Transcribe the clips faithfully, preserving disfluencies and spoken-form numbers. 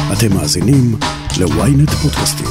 אתם מאזינים ל-ynet פודקאסטים.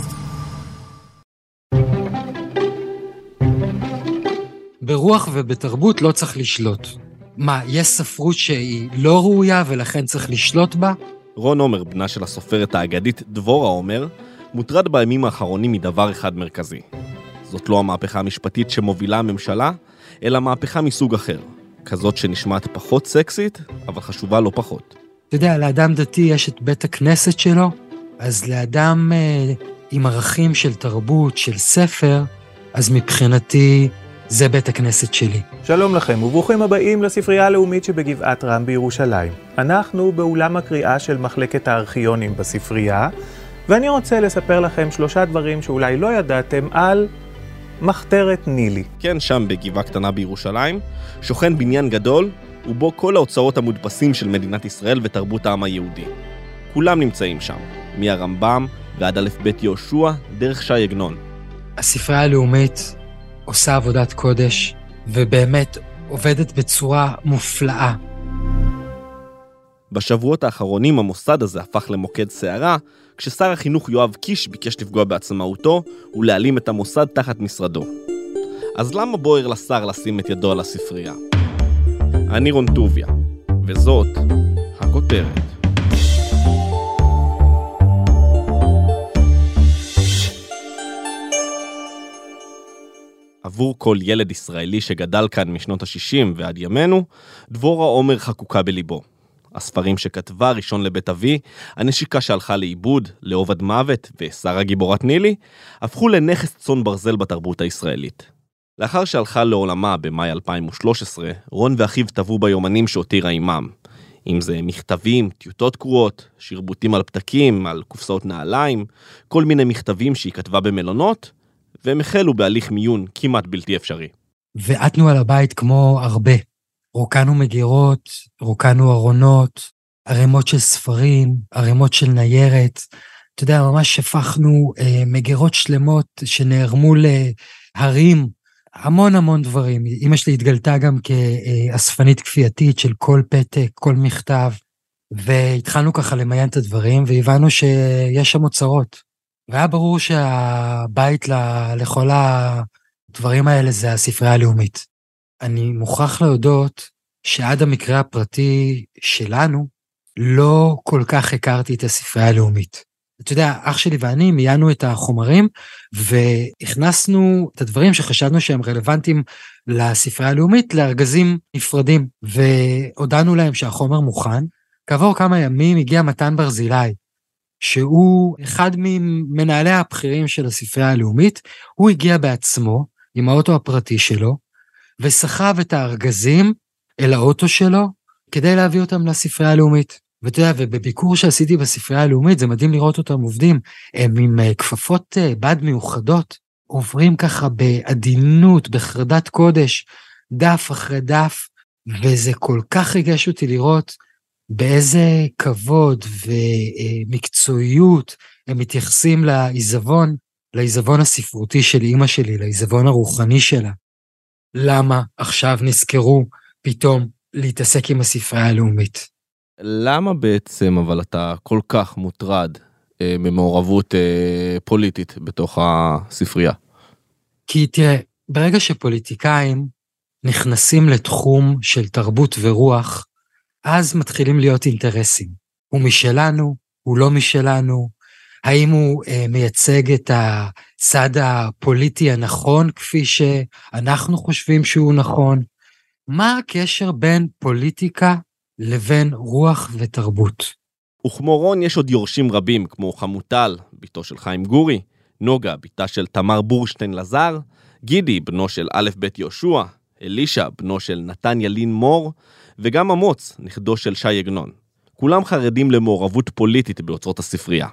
ברוח ובתרבות לא צריך לשלוט. מה, יש ספרות שהיא לא ראויה ולכן צריך לשלוט בה? רון עומר, בנה של הסופרת האגדית דבורה עומר, מוטרד בימים האחרונים מדבר אחד מרכזי. זאת לא המהפכה המשפטית שמובילה הממשלה, אלא מהפכה מסוג אחר. כזאת שנשמעת פחות סקסית, אבל חשובה לא פחות. אתה יודע, לאדם דתי יש את בית הכנסת שלו, אז לאדם אה, עם ערכים של תרבות, של ספר, אז מבחינתי זה בית הכנסת שלי. שלום לכם וברוכים הבאים לספרייה הלאומית שבגבעת רם בירושלים. אנחנו באולם הקריאה של מחלקת הארכיונים בספרייה, ואני רוצה לספר לכם שלושה דברים שאולי לא ידעתם על מחתרת נילי. כן, שם בגבעה קטנה בירושלים, שוכן בניין גדול, ובו כל האוצרות המודפסים של מדינת ישראל ותרבות העם היהודי. כולם נמצאים שם, מהרמב"ם ועד א' ב' יהושע, דרך ש"י עגנון. הספרייה הלאומית עושה עבודת קודש, ובאמת עובדת בצורה מופלאה. בשבועות האחרונים המוסד הזה הפך למוקד סערה, כששר החינוך יואב קיש ביקש לפגוע בעצמאותו ולהעלים את המוסד תחת משרדו. אז למה בוער לשר לשים את ידו על הספרייה? אני רון טוביה, וזאת הכותרת. עבור כל ילד ישראלי שגדל כאן משנות ה-שישים ועד ימינו, דבורה עומר חקוקה בליבו. הספרים שכתבה ראשון לבית אבי, הנשיקה שהלכה לאיבוד, לאהוב עד מוות ושרה גיבורת נילי, הפכו לנכס צאן ברזל בתרבות הישראלית. לאחר שהלכה לעולמה במאי אלפיים ושלוש עשרה, רון ואחיו טבעו ביומנים שהותירה עימם. אם זה מכתבים, טיוטות קרואות, שרבוטים על פתקים, על קופסאות נעליים, כל מיני מכתבים שהיא כתבה במלונות, והם החלו בהליך מיון כמעט בלתי אפשרי. ועטנו על הבית כמו הרבה. רוקנו מגירות, רוקנו ארונות, ערימות של ספרים, ערימות של ניירת. אתה יודע, ממש שפכנו אה, מגירות שלמות שנערמו להרים, המון המון דברים. אמא שלי התגלתה גם כאספנית כפייתית של כל פתק, כל מכתב, והתחלנו ככה למיין את הדברים, והבנו שיש שם אוצרות. והיה ברור שהבית לכל הדברים האלה זה הספרייה הלאומית. אני מוכרח להודות שעד המקרה הפרטי שלנו, לא כל כך הכרתי את הספרייה הלאומית. אתה יודע, אח שלי ואני מיינו את החומרים, והכנסנו את הדברים שחשבנו שהם רלוונטיים לספרייה הלאומית, לארגזים נפרדים, והודענו להם שהחומר מוכן. כעבור כמה ימים הגיע מתן ברזילי, שהוא אחד ממנהלי הבכירים של הספרייה הלאומית, הוא הגיע בעצמו עם האוטו הפרטי שלו, וסחב את הארגזים אל האוטו שלו, כדי להביא אותם לספרייה הלאומית. ואתה יודע, ובביקור שעשיתי בספרייה הלאומית, זה מדהים לראות אותם עובדים, הם עם כפפות בד מיוחדות, עוברים ככה בעדינות, בחרדת קודש, דף אחרי דף, וזה כל כך ריגש אותי לראות, באיזה כבוד ומקצועיות הם מתייחסים לעיזבון, לעיזבון הספרותי של אמא שלי, לעיזבון הרוחני שלה. למה עכשיו נזכרו פתאום להתעסק עם הספרייה הלאומית? למה בעצם אבל אתה כל כך מוטרד אה, במעורבות אה, פוליטית בתוך הספרייה? כי תראה, ברגע שפוליטיקאים נכנסים לתחום של תרבות ורוח, אז מתחילים להיות אינטרסים. הוא משלנו, הוא לא משלנו, האם הוא אה, מייצג את הצד הפוליטי הנכון, כפי שאנחנו חושבים שהוא נכון? מה הקשר בין פוליטיקה לבין רוח ותרבות? וכמו רון יש עוד יורשים רבים, כמו חמוטל, ביתו של חיים גורי, נוגה, ביתה של תמר בורשטיין לזר, גידי, בנו של א' ב' יהושע, אלישה, בנו של נתן ילין מור, וגם אמוץ, נכדו של ש"י עגנון. כולם חרדים למעורבות פוליטית באוצרות הספרייה.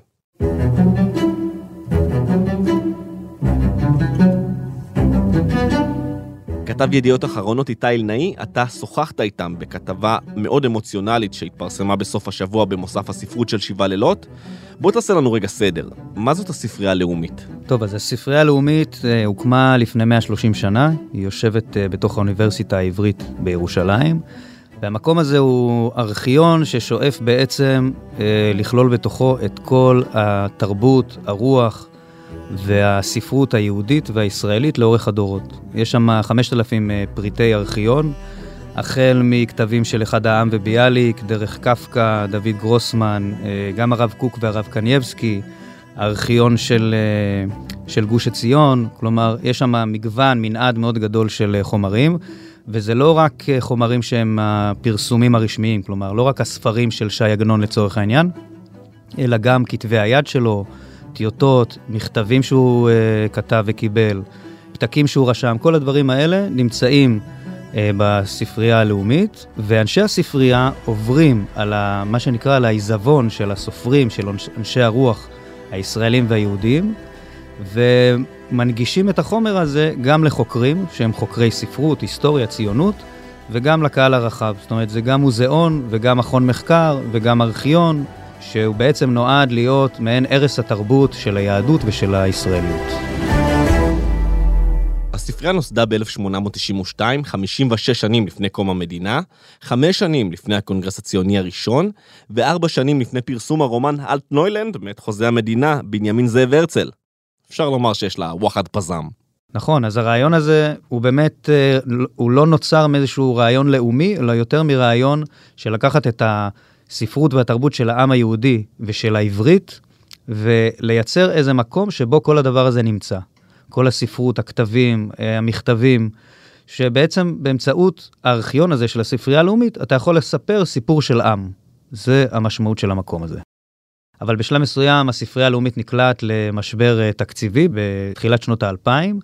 כתב ידיעות אחרונות איתי אלנאי, אתה שוחחת איתם בכתבה מאוד אמוציונלית שהתפרסמה בסוף השבוע במוסף הספרות של שבעה לילות. בוא תעשה לנו רגע סדר. מה זאת הספרייה הלאומית? טוב, אז הספרייה הלאומית אה, הוקמה לפני מאה ושלושים שנה. היא יושבת אה, בתוך האוניברסיטה העברית בירושלים. והמקום הזה הוא ארכיון ששואף בעצם אה, לכלול בתוכו את כל התרבות, הרוח והספרות היהודית והישראלית לאורך הדורות. יש שם חמשת אלפים אה, פריטי ארכיון, החל מכתבים של אחד העם וביאליק, דרך קפקא, דוד גרוסמן, אה, גם הרב קוק והרב קנייבסקי, הארכיון של, אה, של גוש עציון, כלומר יש שם מגוון, מנעד מאוד גדול של אה, חומרים, וזה לא רק חומרים שהם הפרסומים הרשמיים, כלומר, לא רק הספרים של שי עגנון לצורך העניין, אלא גם כתבי היד שלו, טיוטות, מכתבים שהוא uh, כתב וקיבל, פתקים שהוא רשם, כל הדברים האלה נמצאים uh, בספרייה הלאומית, ואנשי הספרייה עוברים על ה, מה שנקרא על העיזבון של הסופרים, של אנשי הרוח הישראלים והיהודים, ומנגישים את החומר הזה גם לחוקרים, שהם חוקרי ספרות, היסטוריה, ציונות, וגם לקהל הרחב. זאת אומרת, זה גם מוזיאון וגם מכון מחקר וגם ארכיון, שהוא בעצם נועד להיות מעין ערש התרבות של היהדות ושל הישראליות. הספרייה נוסדה ב-אלף שמונה מאות תשעים ושתיים, חמישים ושש שנים לפני קום המדינה, חמש שנים לפני הקונגרס הציוני הראשון, וארבע שנים לפני פרסום הרומן אלטנוילנד, מאת חוזה המדינה, בנימין זאב הרצל. אפשר לומר שיש לה וואחד פזם. נכון, אז הרעיון הזה הוא באמת, הוא לא נוצר מאיזשהו רעיון לאומי, אלא יותר מרעיון של לקחת את הספרות והתרבות של העם היהודי ושל העברית, ולייצר איזה מקום שבו כל הדבר הזה נמצא. כל הספרות, הכתבים, המכתבים, שבעצם באמצעות הארכיון הזה של הספרייה הלאומית, אתה יכול לספר סיפור של עם. זה המשמעות של המקום הזה. אבל בשלב מסוים הספרייה הלאומית נקלט למשבר תקציבי בתחילת שנות האלפיים,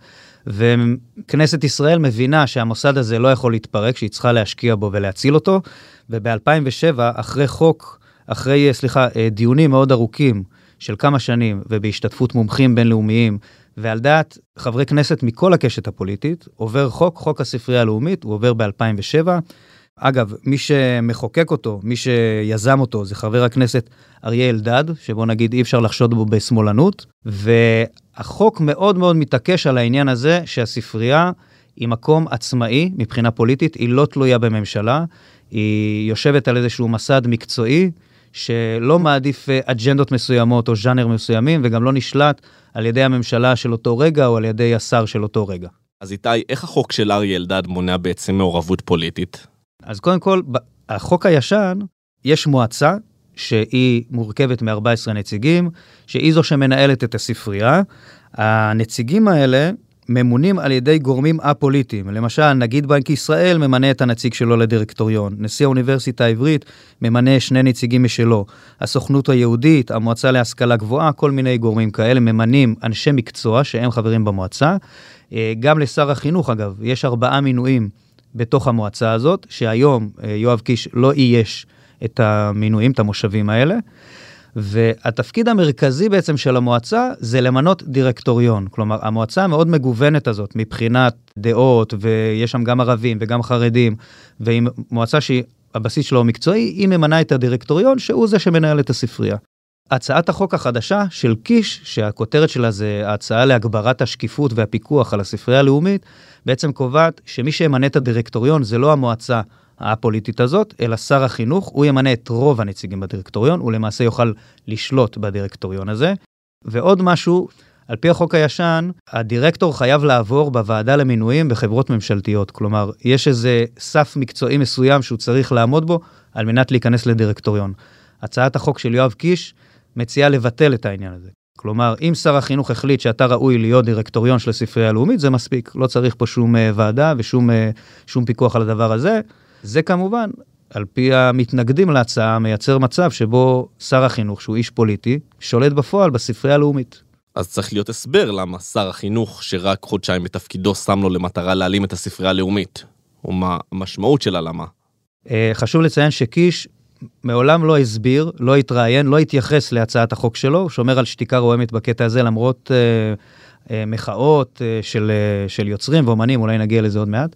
וכנסת ישראל מבינה שהמוסד הזה לא יכול להתפרק, שהיא צריכה להשקיע בו ולהציל אותו, וב-אלפיים ושבע, אחרי חוק, אחרי, סליחה, דיונים מאוד ארוכים של כמה שנים, ובהשתתפות מומחים בינלאומיים, ועל דעת חברי כנסת מכל הקשת הפוליטית, עובר חוק, חוק הספרייה הלאומית, הוא עובר ב-אלפיים ושבע, אגב, מי שמחוקק אותו, מי שיזם אותו, זה חבר הכנסת אריה אלדד, שבו נגיד אי אפשר לחשוד בו בשמאלנות, והחוק מאוד מאוד מתעקש על העניין הזה, שהספרייה היא מקום עצמאי מבחינה פוליטית, היא לא תלויה בממשלה, היא יושבת על איזשהו מסד מקצועי, שלא מעדיף אג'נדות מסוימות או ז'אנר מסוימים, וגם לא נשלט על ידי הממשלה של אותו רגע, או על ידי השר של אותו רגע. אז איתי, איך החוק של אריה אלדד מונע בעצם מעורבות פוליטית? אז קודם כל, החוק הישן, יש מועצה שהיא מורכבת מ-ארבעה עשר נציגים, שהיא זו שמנהלת את הספרייה. הנציגים האלה ממונים על ידי גורמים א-פוליטיים. למשל, נגיד בנק ישראל ממנה את הנציג שלו לדירקטוריון. נשיא האוניברסיטה העברית ממנה שני נציגים משלו. הסוכנות היהודית, המועצה להשכלה גבוהה, כל מיני גורמים כאלה ממנים אנשי מקצוע שהם חברים במועצה. גם לשר החינוך, אגב, יש ארבעה מינויים בתוך המועצה הזאת, שהיום יואב קיש לא אייש את המינויים, את המושבים האלה, והתפקיד המרכזי בעצם של המועצה זה למנות דירקטוריון, כלומר המועצה מאוד מגוונת הזאת מבחינת דעות, ויש שם גם ערבים וגם חרדים, ועם מועצה שהבסיס שלו מקצועי, היא ממנה את הדירקטוריון שהוא זה שמנהל את הספרייה. הצעת החוק החדשה של קיש, שהכותרת שלה זה ההצעה להגברת השקיפות והפיקוח על הספרייה הלאומית, בעצם קובעת שמי שימנה את הדירקטוריון זה לא המועצה הפוליטית הזאת, אלא שר החינוך, הוא ימנה את רוב הנציגים בדירקטוריון, הוא למעשה יוכל לשלוט בדירקטוריון הזה. ועוד משהו, על פי החוק הישן, הדירקטור חייב לעבור בוועדה למינויים בחברות ממשלתיות, כלומר, יש איזה סף מקצועי מסוים שהוא צריך לעמוד בו, על מנת להיכנס לדירקטוריון. הצעת החוק של יואב קיש מציעה לבטל את העניין הזה. כלומר, אם שר החינוך החליט שאתה ראוי להיות דירקטוריון של הספרייה הלאומית, זה מספיק. לא צריך פה שום ועדה ושום שום פיקוח על הדבר הזה. זה כמובן, על פי המתנגדים להצעה, מייצר מצב שבו שר החינוך, שהוא איש פוליטי, שולט בפועל בספרייה הלאומית. אז צריך להיות הסבר למה שר החינוך, שרק חודשיים בתפקידו, שם לו למטרה להעלים את הספרייה הלאומית. ומה המשמעות שלה, למה? חשוב לציין שקיש מעולם לא הסביר, לא התראיין, לא התייחס להצעת החוק שלו, הוא שומר על שתיקה רועמת בקטע הזה, למרות אה, אה, מחאות אה, של, אה, של יוצרים ואומנים, אולי נגיע לזה עוד מעט,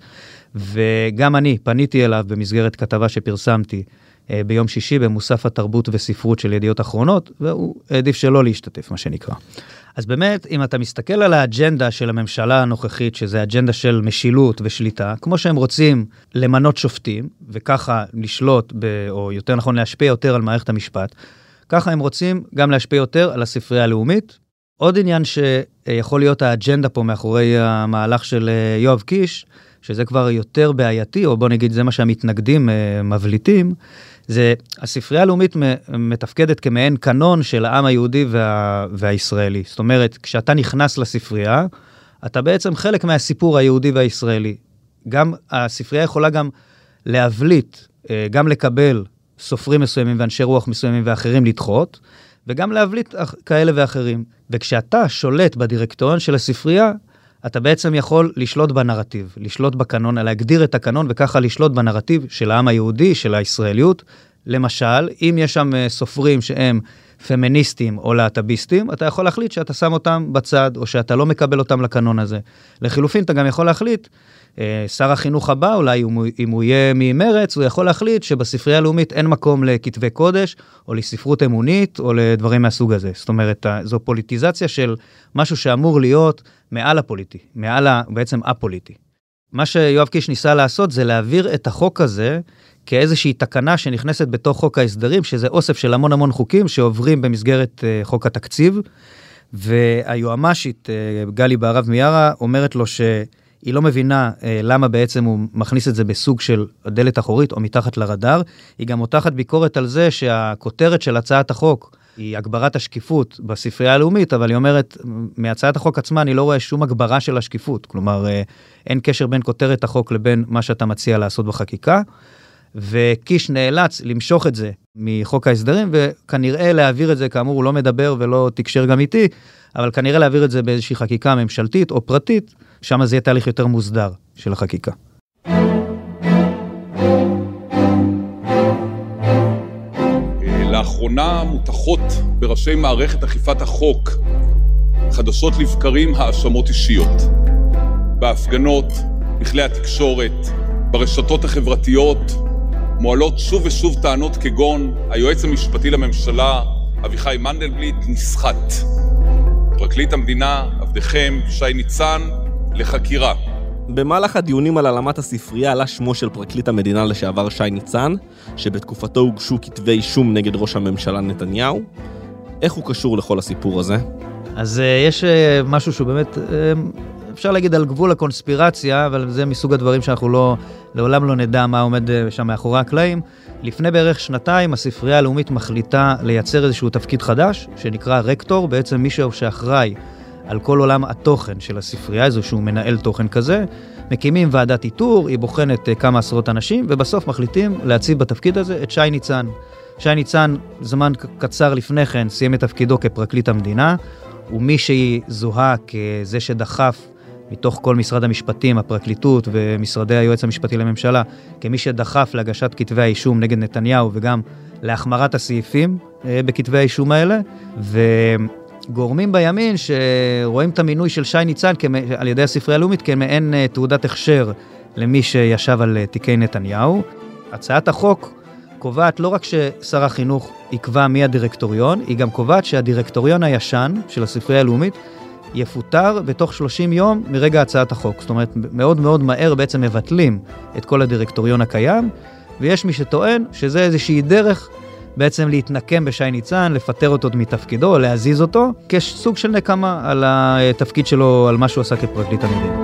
וגם אני פניתי אליו במסגרת כתבה שפרסמתי אה, ביום שישי במוסף התרבות וספרות של ידיעות אחרונות, והוא העדיף שלא להשתתף, מה שנקרא. אז באמת, אם אתה מסתכל על האג'נדה של הממשלה הנוכחית, שזה אג'נדה של משילות ושליטה, כמו שהם רוצים למנות שופטים, וככה לשלוט, ב, או יותר נכון להשפיע יותר על מערכת המשפט, ככה הם רוצים גם להשפיע יותר על הספרייה הלאומית. עוד עניין שיכול להיות האג'נדה פה מאחורי המהלך של יואב קיש, שזה כבר יותר בעייתי, או בוא נגיד זה מה שהמתנגדים מבליטים, זה הספרייה הלאומית מתפקדת כמעין קנון של העם היהודי וה, והישראלי. זאת אומרת, כשאתה נכנס לספרייה, אתה בעצם חלק מהסיפור היהודי והישראלי. גם הספרייה יכולה גם להבליט, גם לקבל סופרים מסוימים ואנשי רוח מסוימים ואחרים לדחות, וגם להבליט כאלה ואחרים. וכשאתה שולט בדירקטוריון של הספרייה, אתה בעצם יכול לשלוט בנרטיב, לשלוט בקנון, להגדיר את הקנון וככה לשלוט בנרטיב של העם היהודי, של הישראליות. למשל, אם יש שם סופרים שהם פמיניסטים או להט"ביסטים, אתה יכול להחליט שאתה שם אותם בצד, או שאתה לא מקבל אותם לקנון הזה. לחילופין, אתה גם יכול להחליט, שר החינוך הבא, אולי אם הוא יהיה ממרץ, הוא יכול להחליט שבספרייה הלאומית אין מקום לכתבי קודש, או לספרות אמונית, או לדברים מהסוג הזה. זאת אומרת, זו פוליטיזציה של משהו שאמור להיות מעל הפוליטי, מעל בעצם הפוליטי. מה שיואב קיש ניסה לעשות זה להעביר את החוק הזה כאיזושהי תקנה שנכנסת בתוך חוק ההסדרים, שזה אוסף של המון המון חוקים שעוברים במסגרת חוק התקציב, והיועמ"שית גלי בהרב מיארה אומרת לו שהיא לא מבינה למה בעצם הוא מכניס את זה בסוג של דלת אחורית או מתחת לרדאר. היא גם מותחת ביקורת על זה שהכותרת של הצעת החוק היא הגברת השקיפות בספרייה הלאומית, אבל היא אומרת, מהצעת החוק עצמה אני לא רואה שום הגברה של השקיפות, כלומר אין קשר בין כותרת החוק לבין מה שאתה מציע לעשות בחקיקה, וקיש נאלץ למשוך את זה מחוק ההסדרים, וכנראה להעביר את זה, כאמור הוא לא מדבר ולא תקשר גם איתי, אבל כנראה להעביר את זה באיזושהי חקיקה ממשלתית או פרטית, שם זה יהיה תהליך יותר מוסדר של החקיקה. לאחרונה מותחות בראשי מערכת אכיפת החוק חדשות לבקרים האשמות אישיות. בהפגנות, בכלי התקשורת, ברשתות החברתיות, מועלות שוב ושוב טענות כגון היועץ המשפטי לממשלה אביחי מנדלבליט נסחט. פרקליט המדינה, עבדכם, שי ניצן, לחקירה. במהלך הדיונים על העלמת הספרייה עלה שמו של פרקליט המדינה לשעבר שי ניצן, שבתקופתו הוגשו כתבי אישום נגד ראש הממשלה נתניהו. איך הוא קשור לכל הסיפור הזה? אז uh, יש uh, משהו שהוא באמת, uh, אפשר להגיד על גבול הקונספירציה, אבל זה מסוג הדברים שאנחנו לא, לעולם לא נדע מה עומד uh, שם מאחורי הקלעים. לפני בערך שנתיים הספרייה הלאומית מחליטה לייצר איזשהו תפקיד חדש, שנקרא רקטור, בעצם מישהו שאחראי על כל עולם התוכן של הספרייה, איזשהו מנהל תוכן כזה, מקימים ועדת איתור, היא בוחנת כמה עשרות אנשים, ובסוף מחליטים להציב בתפקיד הזה את שי ניצן. שי ניצן, זמן קצר לפני כן, סיים את תפקידו כפרקליט המדינה, ומי שהיא זוהה כזה שדחף מתוך כל משרד המשפטים, הפרקליטות ומשרדי היועץ המשפטי לממשלה, כמי שדחף להגשת כתבי האישום נגד נתניהו, וגם להחמרת הסעיפים בכתבי האישום האלה, ו... גורמים בימין שרואים את המינוי של שי ניצן על ידי הספרייה הלאומית כמעין תעודת הכשר למי שישב על תיקי נתניהו. הצעת החוק קובעת לא רק ששר החינוך יקבע מי הדירקטוריון, היא גם קובעת שהדירקטוריון הישן של הספרייה הלאומית יפוטר בתוך שלושים יום מרגע הצעת החוק. זאת אומרת, מאוד מאוד מהר בעצם מבטלים את כל הדירקטוריון הקיים, ויש מי שטוען שזה איזושהי דרך בעצם להתנקם בשי ניצן, לפטר אותו מתפקידו, או להזיז אותו, כסוג של נקמה על התפקיד שלו, על מה שהוא עשה כפרקליט המדינה.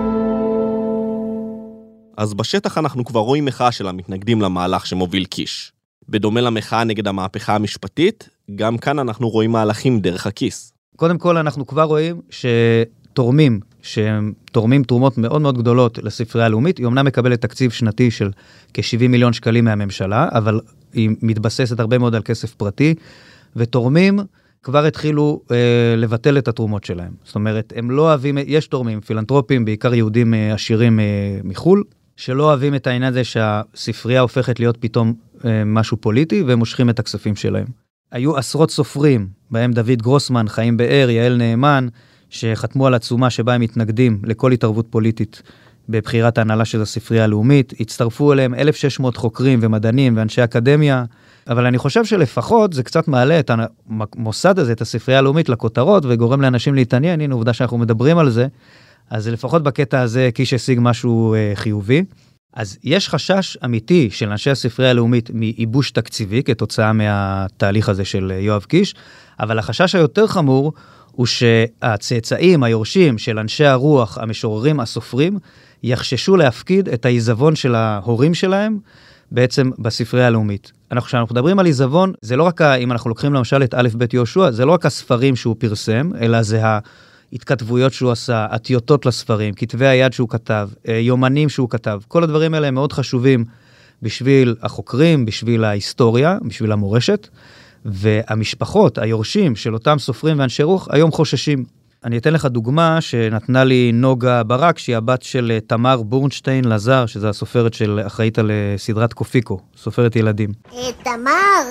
אז בשטח אנחנו כבר רואים מחאה של המתנגדים למהלך שמוביל קיש. בדומה למחאה נגד המהפכה המשפטית, גם כאן אנחנו רואים מהלכים דרך הכיס. קודם כל אנחנו כבר רואים שתורמים, שהם תורמים תרומות מאוד מאוד גדולות לספרייה הלאומית, היא אומנם מקבלת תקציב שנתי של כ-שבעים מיליון שקלים מהממשלה, אבל היא מתבססת הרבה מאוד על כסף פרטי, ותורמים כבר התחילו אה, לבטל את התרומות שלהם. זאת אומרת, הם לא אוהבים, יש תורמים, פילנטרופים, בעיקר יהודים אה, עשירים אה, מחול, שלא אוהבים את העניין הזה שהספרייה הופכת להיות פתאום אה, משהו פוליטי, והם מושכים את הכספים שלהם. היו עשרות סופרים, בהם דוד גרוסמן, חיים באר, יעל נאמן, שחתמו על עצומה שבה הם מתנגדים לכל התערבות פוליטית בבחירת ההנהלה של הספרייה הלאומית, הצטרפו אליהם אלף ושש מאות חוקרים ומדענים ואנשי אקדמיה, אבל אני חושב שלפחות זה קצת מעלה את המוסד הזה, את הספרייה הלאומית לכותרות, וגורם לאנשים להתעניין, הנה עובדה שאנחנו מדברים על זה, אז לפחות בקטע הזה קיש השיג משהו אה, חיובי. אז יש חשש אמיתי של אנשי הספרייה הלאומית מייבוש תקציבי, כתוצאה מהתהליך הזה של יואב קיש, אבל החשש היותר חמור הוא שהצאצאים, היורשים של אנשי הרוח, המשוררים, הסופרים, יחששו להפקיד את העיזבון של ההורים שלהם, בעצם בספרייה הלאומית. אנחנו, כשאנחנו מדברים על עיזבון, זה לא רק, אם אנחנו לוקחים למשל את א' ב' יהושע, זה לא רק הספרים שהוא פרסם, אלא זה ההתכתבויות שהוא עשה, הטיוטות לספרים, כתבי היד שהוא כתב, יומנים שהוא כתב, כל הדברים האלה הם מאוד חשובים בשביל החוקרים, בשביל ההיסטוריה, בשביל המורשת, והמשפחות, היורשים של אותם סופרים ואנשי רוח, היום חוששים. אני אתן לך דוגמה שנתנה לי נוגה ברק, שהיא הבת של תמר בורנשטיין לזר, שזו הסופרת של אחראית על סדרת קופיקו, סופרת ילדים. תמר,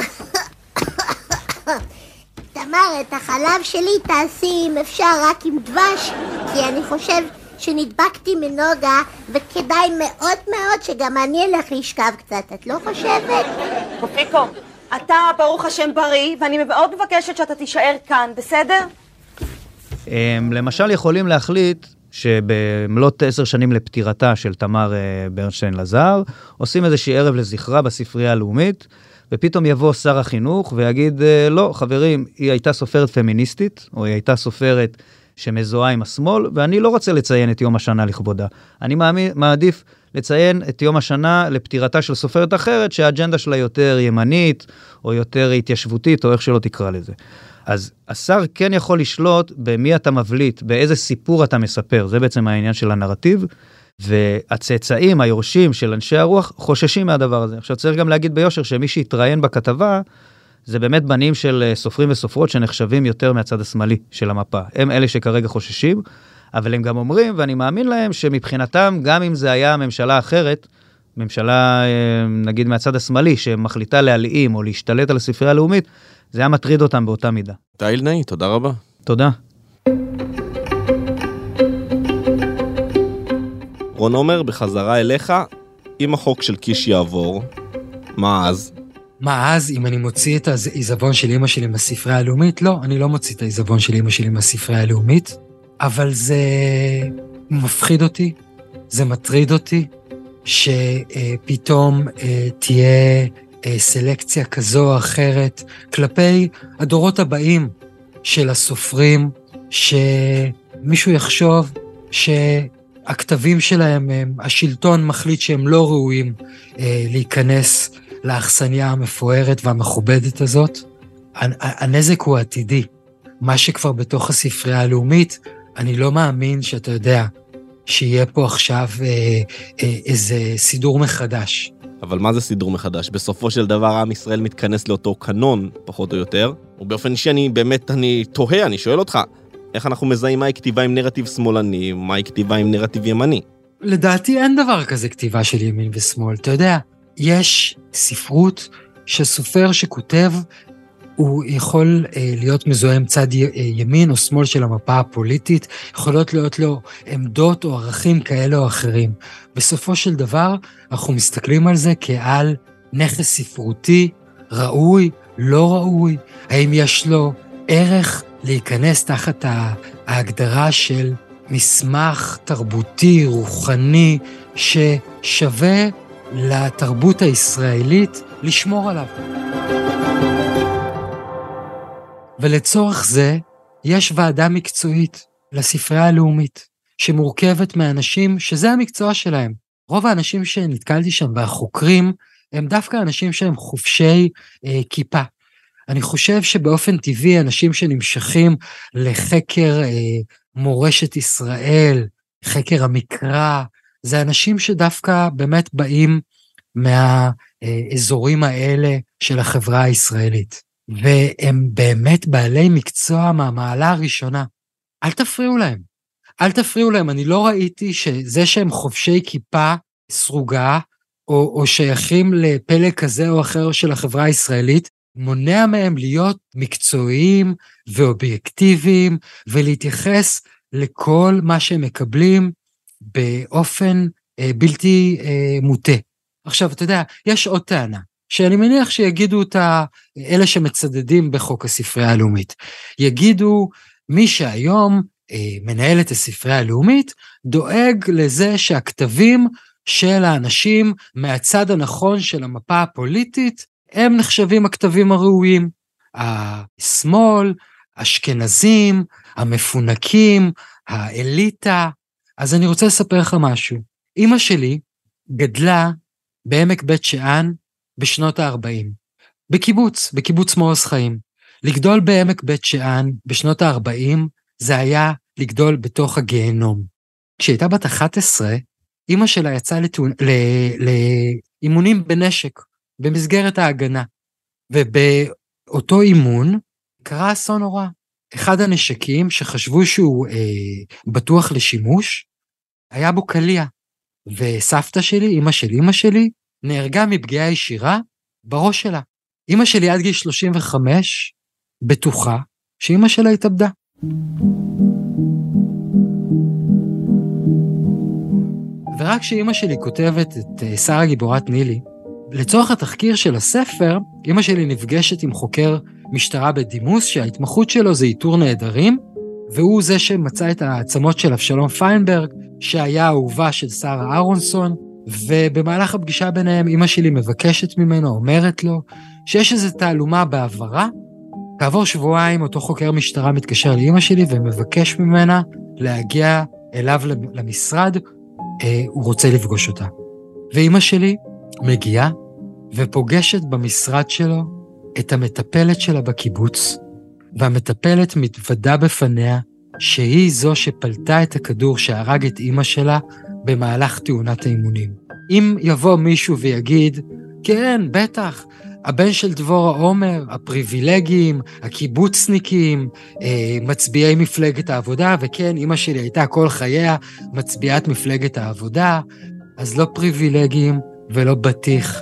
תמר, את החלב שלי תעשי אם אפשר רק עם דבש, כי אני חושב שנדבקתי מנוגה, וכדאי מאוד מאוד שגם אני אלך לשכב קצת, את לא חושבת? קופיקו, אתה ברוך השם בריא, ואני מאוד מבקשת שאתה תישאר כאן, בסדר? למשל יכולים להחליט שבמלאת עשר שנים לפטירתה של תמר ברנשטיין לזר, עושים איזושהי ערב לזכרה בספרייה הלאומית, ופתאום יבוא שר החינוך ויגיד, לא, חברים, היא הייתה סופרת פמיניסטית, או היא הייתה סופרת שמזוהה עם השמאל, ואני לא רוצה לציין את יום השנה לכבודה. אני מעדיף לציין את יום השנה לפטירתה של סופרת אחרת, שהאג'נדה שלה יותר ימנית, או יותר התיישבותית, או איך שלא תקרא לזה. אז השר כן יכול לשלוט במי אתה מבליט, באיזה סיפור אתה מספר, זה בעצם העניין של הנרטיב, והצאצאים, היורשים של אנשי הרוח, חוששים מהדבר הזה. עכשיו צריך גם להגיד ביושר, שמי שהתראיין בכתבה, זה באמת בנים של סופרים וסופרות, שנחשבים יותר מהצד השמאלי של המפה. הם אלה שכרגע חוששים, אבל הם גם אומרים, ואני מאמין להם, שמבחינתם, גם אם זה היה ממשלה אחרת, ממשלה, נגיד מהצד השמאלי, שמחליטה להלאים או להשתלט על הספרייה הלאומית, זה היה מטריד אותם באותה מידה. תאיל נאי, תודה רבה. תודה. רון עומר, בחזרה אליך, אם החוק של קיש יעבור, מה אז? מה אז, אם אני מוציא את העיזבון של אמא שלי מהספרייה הלאומית? לא, אני לא מוציא את העיזבון של אמא שלי מהספרייה הלאומית, אבל זה מפחיד אותי, זה מטריד אותי, שפתאום תהיה סלקציה כזו או אחרת כלפי הדורות הבאים של הסופרים, שמישהו יחשוב שהכתבים שלהם, השלטון מחליט שהם לא ראויים להיכנס לאכסניה המפוארת והמכובדת הזאת. הנזק הוא עתידי. מה שכבר בתוך הספרייה הלאומית, אני לא מאמין שאתה יודע שיהיה פה עכשיו אה, אה, איזה סידור מחדש. אבל מה זה סידור מחדש? בסופו של דבר עם ישראל מתכנס לאותו קנון, פחות או יותר, ובאופן אישי אני באמת, אני תוהה, אני שואל אותך, איך אנחנו מזהים מהי כתיבה עם נרטיב שמאלני, מהי כתיבה עם נרטיב ימני? לדעתי אין דבר כזה כתיבה של ימין ושמאל. אתה יודע, יש ספרות שסופר שכותב, הוא יכול אה, להיות מזוהה עם צד י, אה, ימין או שמאל של המפה הפוליטית, יכולות להיות לו עמדות או ערכים כאלה או אחרים. בסופו של דבר, אנחנו מסתכלים על זה כעל נכס ספרותי, ראוי, לא ראוי, האם יש לו ערך להיכנס תחת ההגדרה של מסמך תרבותי, רוחני, ששווה לתרבות הישראלית לשמור עליו. ולצורך זה, יש ועדה מקצועית לספרייה הלאומית, שמורכבת מאנשים שזה המקצוע שלהם. רוב האנשים שנתקלתי שם והחוקרים, הם דווקא אנשים שהם חופשי אה, כיפה. אני חושב שבאופן טבעי, אנשים שנמשכים לחקר אה, מורשת ישראל, חקר המקרא, זה אנשים שדווקא באמת באים מהאזורים האלה של החברה הישראלית. והם באמת בעלי מקצוע מהמעלה הראשונה. אל תפריעו להם. אל תפריעו להם. אני לא ראיתי שזה שהם חובשי כיפה סרוגה, או, או שייכים לפלג כזה או אחר של החברה הישראלית, מונע מהם להיות מקצועיים ואובייקטיביים, ולהתייחס לכל מה שהם מקבלים באופן אה, בלתי אה, מוטה. עכשיו, אתה יודע, יש עוד טענה, שאני מניח שיגידו אותה אלה שמצדדים בחוק הספרייה הלאומית. יגידו, מי שהיום אה, מנהל את הספרייה הלאומית, דואג לזה שהכתבים של האנשים מהצד הנכון של המפה הפוליטית, הם נחשבים הכתבים הראויים. השמאל, אשכנזים, המפונקים, האליטה. אז אני רוצה לספר לך משהו. אמא שלי גדלה בעמק בית שאן בשנות ה-ארבעים. בקיבוץ, בקיבוץ מעוז חיים. לגדול בעמק בית שאן בשנות ה-ארבעים, זה היה לגדול בתוך הגיהנום. כשהייתה בת אחת עשרה, אמא שלה יצאה לטו... ל... לאימונים בנשק, במסגרת ההגנה. ובאותו אימון קרה אסון נורא. אחד הנשקים שחשבו שהוא אה, בטוח לשימוש, היה בו קליע. וסבתא שלי, אמא של אמא שלי, נהרגה מפגיעה ישירה בראש שלה. אמא שלי עד גיל שלושים וחמש, בטוחה שאמא שלה התאבדה. ורק שאמא שלי כותבת את שרה גיבורת נילי, לצורך התחקיר של הספר, אמא שלי נפגשת עם חוקר משטרה בדימוס, שההתמחות שלו זה איתור נעדרים, והוא זה שמצא את העצמות של אבשלום פיינברג, שהיה אהובה של שרה אהרונסון, ובמהלך הפגישה ביניהם, אמא שלי מבקשת ממנו, אומרת לו, שיש איזו תעלומה בעברה, כעבור שבועיים אותו חוקר משטרה מתקשר לאמא שלי, ומבקש ממנה להגיע אליו למשרד, אה, הוא רוצה לפגוש אותה. ואמא שלי מגיעה, ופוגשת במשרד שלו את המטפלת שלה בקיבוץ, והמטפלת מתוודה בפניה שהיא זו שפלטה את הכדור שהרג את אמא שלה במהלך תאונת האימונים. אם יבוא מישהו ויגיד, כן, בטח, הבן של דבורה עומר, הפריבילגים, הקיבוצניקים, מצביעי מפלגת העבודה, וכן, אמא שלי הייתה כל חייה מצביעת מפלגת העבודה, אז לא פריבילגים ולא בטיח.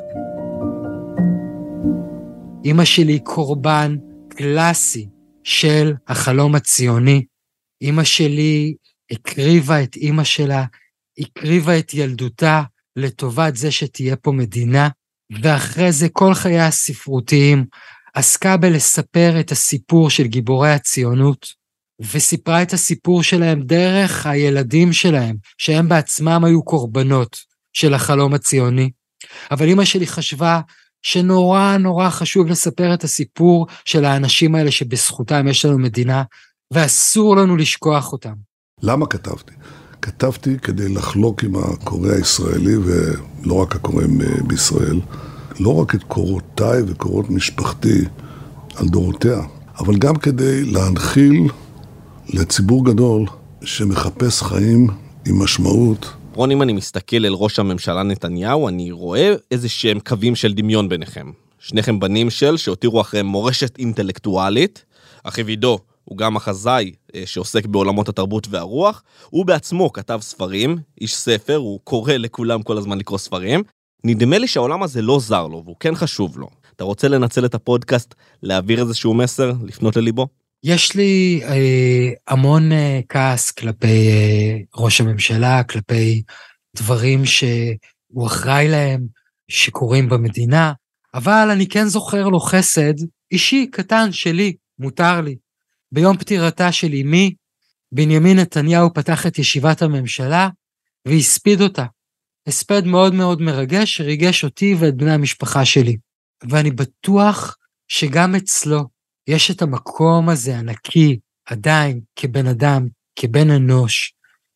אמא שלי קורבן קלאסי של החלום הציוני. אמא שלי הקריבה את אמא שלה, הקריבה את ילדותה לטובת זה שתהיה פה מדינה, ואחרי זה כל חיי הספרותיים עסקה בלספר את הסיפור של גיבורי הציונות, וסיפרה את הסיפור שלהם דרך הילדים שלהם, שהם בעצמם היו קורבנות של החלום הציוני. אבל אמא שלי חשבה שנורא נורא חשוב לספר את הסיפור של האנשים האלה שבזכותם יש לנו מדינה, ואסור לנו לשכוח אותם. למה כתבתי? כתבתי כדי לחלוק עם הקורא הישראלי, ולא רק הקורא בישראל, לא רק את קורותיי וקורות משפחתי על דורותיה, אבל גם כדי להנחיל לציבור גדול שמחפש חיים עם משמעות. רון, אם אני מסתכל אל ראש הממשלה נתניהו, אני רואה איזה שהם קווים של דמיון ביניכם. שניכם בנים של שהותירו אחריהם מורשת אינטלקטואלית, אחיו עידו הוא גם מחזאי שעוסק בעולמות התרבות והרוח, הוא בעצמו כתב ספרים, איש ספר, הוא קורא לכולם כל הזמן לקרוא ספרים, נדמה לי שהעולם הזה לא זר לו, והוא כן חשוב לו. אתה רוצה לנצל את הפודקאסט, להעביר איזשהו מסר, לפנות לליבו? יש לי אה, המון אה, כעס כלפי אה, ראש הממשלה, כלפי דברים שהוא אחראי להם, שקורים במדינה, אבל אני כן זוכר לו חסד, אישי קטן שלי, מותר לי. ביום פטירתה של אמי, בנימין נתניהו פתח את ישיבת הממשלה, והספיד אותה. הספד מאוד מאוד מרגש, שריגש אותי ואת בני המשפחה שלי. ואני בטוח שגם אצלו יש את המקום הזה הנקי, עדיין כבן אדם, כבן אנוש,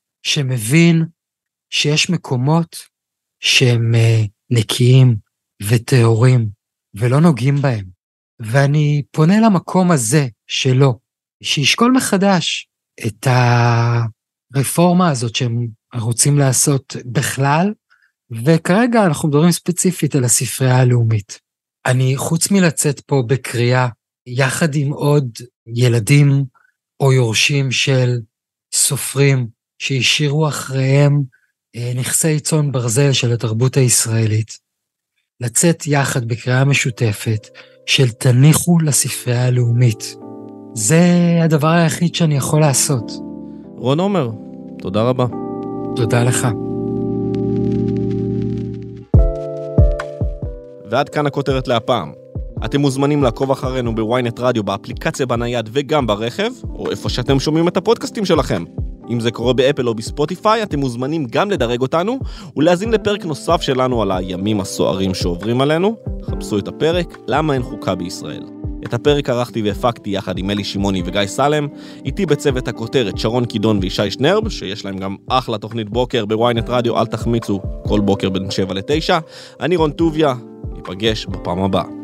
שמבין שיש מקומות שהם נקיים וטהורים, ולא נוגעים בהם. ואני פונה למקום הזה שלו, שישקול מחדש את הרפורמה הזאת שהם רוצים לעשות בכלל, וכרגע אנחנו מדברים ספציפית על הספרייה הלאומית. אני חוץ מלצאת פה בקריאה, יחד עם עוד ילדים או יורשים של סופרים שהשאירו אחריהם נכסי צאן ברזל של התרבות הישראלית, לצאת יחד בקריאה משותפת של תניחו לספרייה הלאומית. זה הדבר היחיד שאני יכול לעשות. רון עומר, תודה רבה. תודה לך. ועד כאן הכותרת להפעם. אתם מוזמנים לעקוב אחרינו בוויינט רדיו, באפליקציה בנייד וגם ברכב, או איפה שאתם שומעים את הפודקאסטים שלכם. אם זה קורה באפל או בספוטיפיי, אתם מוזמנים גם לדרג אותנו, ולהזין לפרק נוסף שלנו על הימים הסוערים שעוברים עלינו. חפשו את הפרק, למה אין חוקה בישראל. את הפרק ערכתי והפקתי יחד עם אלי שימוני וגיא סלם, איתי בצוות הכותרת שרון קידון וישי שנרב, שיש להם גם אחלה תוכנית בוקר בוויינט רדיו, אל תחמיצו, כל בוקר בין שבע לתשע. אני רון טוביה, ניפגש בפעם הבאה.